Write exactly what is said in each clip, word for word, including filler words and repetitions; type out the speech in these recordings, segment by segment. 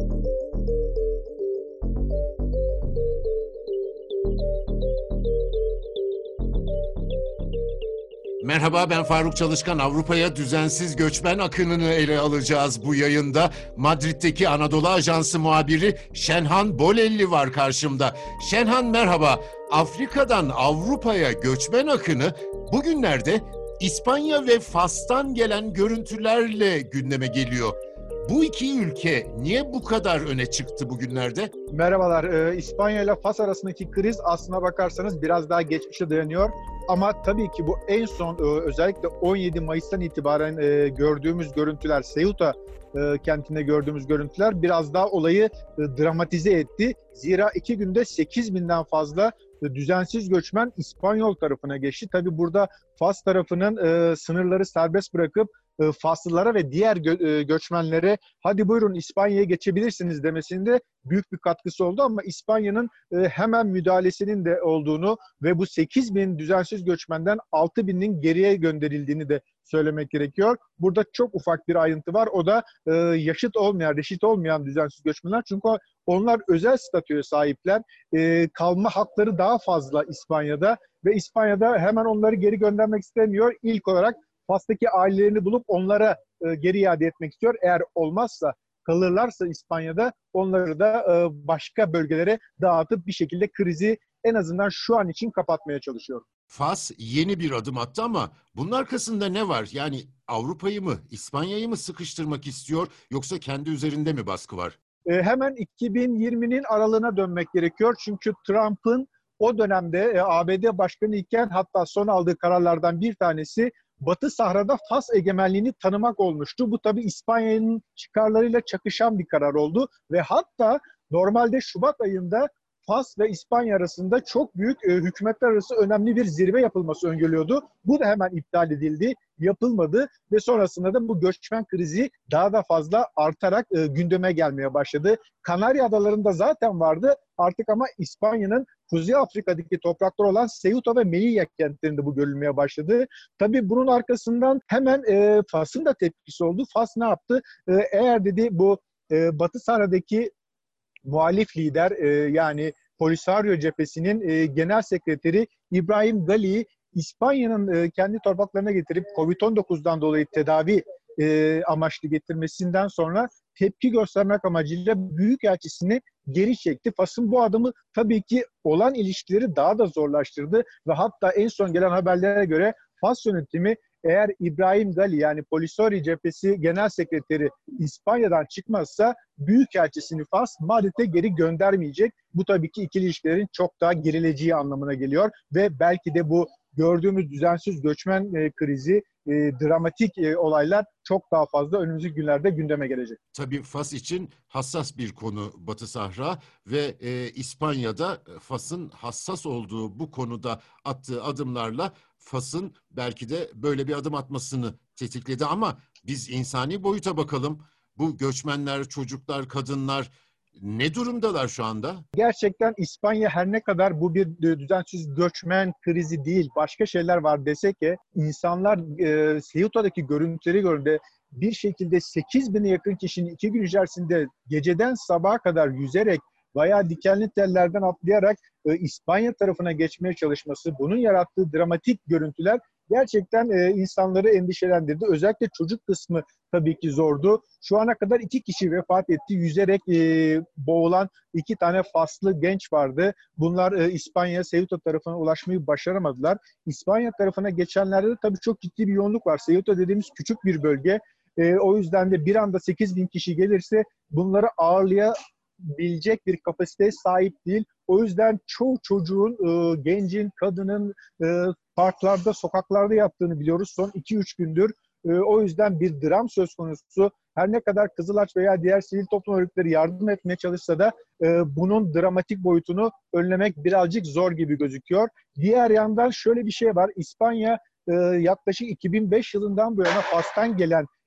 Merhaba, ben Faruk Çalışkan. Avrupa'ya düzensiz göçmen akınını ele alacağız bu yayında. Madrid'deki Anadolu Ajansı muhabiri Şenhan Bolelli var karşımda. Şenhan merhaba. Afrika'dan Avrupa'ya göçmen akını bugünlerde İspanya ve Fas'tan gelen görüntülerle gündeme geliyor. Bu iki ülke niye bu kadar öne çıktı bugünlerde? Merhabalar. Ee, İspanya ile Fas arasındaki kriz aslına bakarsanız biraz daha geçmişe dayanıyor. Ama tabii ki bu en son e, özellikle on yedi Mayıs'tan itibaren e, gördüğümüz görüntüler, Ceuta e, kentinde gördüğümüz görüntüler biraz daha olayı e, dramatize etti. Zira iki günde sekiz binden fazla e, düzensiz göçmen İspanyol tarafına geçti. Tabii burada Fas tarafının e, sınırları serbest bırakıp e, Faslılara ve diğer gö- e, göçmenlere hadi buyurun İspanya'ya geçebilirsiniz demesinde büyük bir katkısı oldu ama İspanya'nın e, hemen müdahalesinin de olduğunu ve bu sekiz bin düzensiz göçmenden altı binin geriye gönderildiğini de söylemek gerekiyor. Burada çok ufak bir ayrıntı var. O da e, yaşıt olmayan, reşit olmayan düzensiz göçmenler. Çünkü onlar özel statüye sahipler. E, kalma hakları daha fazla İspanya'da ve İspanya'da hemen onları geri göndermek istemiyor. İlk olarak Fas'taki ailelerini bulup onlara e, geri iade etmek istiyor. Eğer olmazsa, kalırlarsa İspanya'da onları da e, başka bölgelere dağıtıp bir şekilde krizi en azından şu an için kapatmaya çalışıyor. Fas yeni bir adım attı ama bunun arkasında ne var? Yani Avrupa'yı mı, İspanya'yı mı sıkıştırmak istiyor yoksa kendi üzerinde mi baskı var? E, hemen iki bin yirminin aralığına dönmek gerekiyor. Çünkü Trump'ın o dönemde e, A B D Başkanı iken hatta son aldığı kararlardan bir tanesi Batı Sahra'da Fas egemenliğini tanımak olmuştu. Bu tabii İspanya'nın çıkarlarıyla çakışan bir karar oldu ve hatta normalde Şubat ayında Fas ve İspanya arasında çok büyük e, hükümetler arası önemli bir zirve yapılması öngörülüyordu. Bu da hemen iptal edildi, yapılmadı ve sonrasında da bu göçmen krizi daha da fazla artarak e, gündeme gelmeye başladı. Kanarya Adaları'nda zaten vardı artık ama İspanya'nın Kuzey Afrika'daki topraklar olan Ceuta ve Melilla kentlerinde bu görülmeye başladı. Tabii bunun arkasından hemen e, Fas'ın da tepkisi oldu. Fas ne yaptı? E, eğer dedi bu e, Batı Sahra'daki muhalif lider e, yani Polisario cephesinin e, genel sekreteri İbrahim Gali İspanya'nın e, kendi topraklarına getirip kovid on dokuzdan dolayı tedavi e, amaçlı getirmesinden sonra tepki göstermek amacıyla büyükelçisini geri çekti. Fas'ın bu adımı tabii ki olan ilişkileri daha da zorlaştırdı ve hatta en son gelen haberlere göre Fas yönetimi eğer İbrahim Gali yani Polisario cephesi genel sekreteri İspanya'dan çıkmazsa büyükelçisini Fas Madrid'e geri göndermeyecek. Bu tabii ki ikili ilişkilerin çok daha gerileceği anlamına geliyor ve belki de bu gördüğümüz düzensiz göçmen e, krizi, e, dramatik e, olaylar çok daha fazla önümüzdeki günlerde gündeme gelecek. Tabii Fas için hassas bir konu Batı Sahra ve e, İspanya'da Fas'ın hassas olduğu bu konuda attığı adımlarla Fas'ın belki de böyle bir adım atmasını tetikledi ama biz insani boyuta bakalım. Bu göçmenler, çocuklar, kadınlar ne durumdalar şu anda? Gerçekten İspanya her ne kadar bu bir düzensiz göçmen krizi değil, başka şeyler var desek ki insanlar e, Ceuta'daki görüntüleri gördüğünde bir şekilde sekiz bine yakın kişinin iki gün içerisinde geceden sabaha kadar yüzerek bayağı dikenli tellerden atlayarak e, İspanya tarafına geçmeye çalışması, bunun yarattığı dramatik görüntüler gerçekten e, insanları endişelendirdi. Özellikle çocuk kısmı tabii ki zordu. Şu ana kadar iki kişi vefat etti. Yüzerek e, boğulan iki tane Faslı genç vardı. Bunlar e, İspanya, Ceuta tarafına ulaşmayı başaramadılar. İspanya tarafına geçenlerde de tabii çok ciddi bir yoğunluk var. Ceuta dediğimiz küçük bir bölge. E, o yüzden de bir anda sekiz bin kişi gelirse bunları ağırlayabilecek bir kapasiteye sahip değil. O yüzden çoğu çocuğun, e, gencin, kadının e, parklarda, sokaklarda yattığını biliyoruz son iki üç gündür. E, o yüzden bir dram söz konusu. Her ne kadar Kızılaç veya diğer sivil toplum örgütleri yardım etmeye çalışsa da e, bunun dramatik boyutunu önlemek birazcık zor gibi gözüküyor. Diğer yandan şöyle bir şey var. İspanya e, yaklaşık iki bin beş yılından bu yana Fas'tan gelen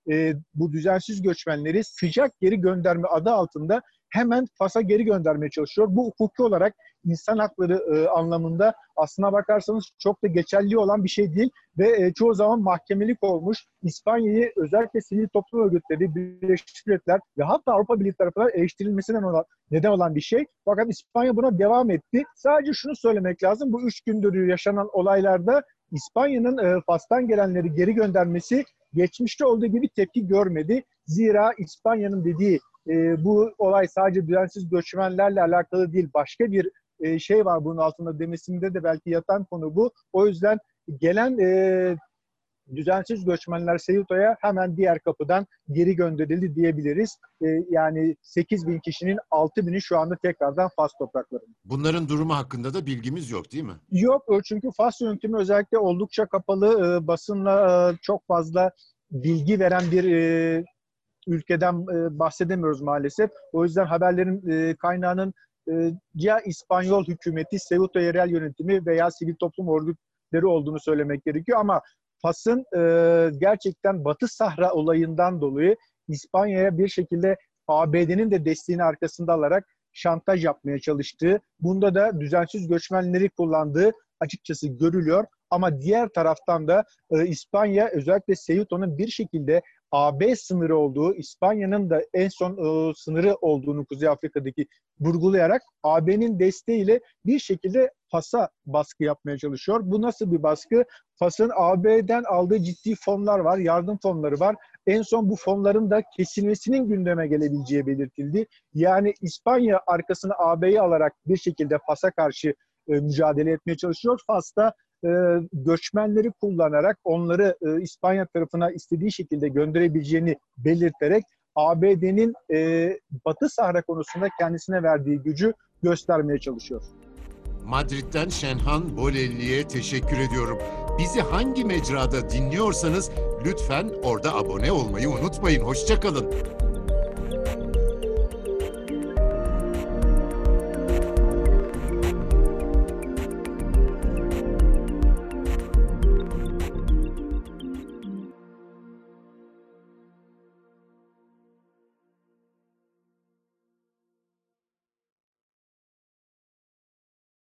e, bu düzensiz göçmenleri sıcak geri gönderme adı altında hemen Fas'a geri göndermeye çalışıyor. Bu hukuki olarak insan hakları e, anlamında aslına bakarsanız çok da geçerli olan bir şey değil ve e, çoğu zaman mahkemelik olmuş. İspanya'yı özellikle sivil toplum örgütleri, Birleşmiş Milletler ve hatta Avrupa Birliği tarafından eleştirilmesine olan, neden olan bir şey. Fakat İspanya buna devam etti. Sadece şunu söylemek lazım. Bu üç gündür yaşanan olaylarda İspanya'nın e, Fas'tan gelenleri geri göndermesi geçmişte olduğu gibi tepki görmedi. Zira İspanya'nın dediği e, bu olay sadece düzensiz göçmenlerle alakalı değil, başka bir e, şey var bunun altında demesinde de belki yatan konu bu. O yüzden gelen e, düzensiz göçmenler Ceuto'ya hemen diğer kapıdan geri gönderildi diyebiliriz. E, yani sekiz bin kişinin altı bini şu anda tekrardan Fas topraklarında. Bunların durumu hakkında da bilgimiz yok değil mi? Yok, çünkü Fas yönetimi özellikle oldukça kapalı, e, basınla e, çok fazla bilgi veren bir e, ülkeden e, bahsedemiyoruz maalesef. O yüzden haberlerin e, kaynağının e, ya İspanyol hükümeti, Ceuta yerel yönetimi veya sivil toplum örgütleri olduğunu söylemek gerekiyor. Ama Fas'ın e, gerçekten Batı Sahra olayından dolayı İspanya'ya bir şekilde A B D'nin de desteğini arkasında alarak şantaj yapmaya çalıştığı, bunda da düzensiz göçmenleri kullandığı açıkçası görülüyor. Ama diğer taraftan da e, İspanya özellikle Ceuta'nın bir şekilde A B sınırı olduğu, İspanya'nın da en son e, sınırı olduğunu Kuzey Afrika'daki vurgulayarak A B'nin desteğiyle bir şekilde Fas'a baskı yapmaya çalışıyor. Bu nasıl bir baskı? Fas'ın A B'den aldığı ciddi fonlar var, yardım fonları var. En son bu fonların da kesilmesinin gündeme gelebileceği belirtildi. Yani İspanya arkasını A B'ye alarak bir şekilde Fas'a karşı e, mücadele etmeye çalışıyor. Fas da e, göçmenleri kullanarak onları e, İspanya tarafına istediği şekilde gönderebileceğini belirterek A B D'nin e, Batı Sahra konusunda kendisine verdiği gücü göstermeye çalışıyor. Madrid'den Şenhan Bolelli'ye teşekkür ediyorum. Bizi hangi mecrada dinliyorsanız lütfen orada abone olmayı unutmayın. Hoşça kalın.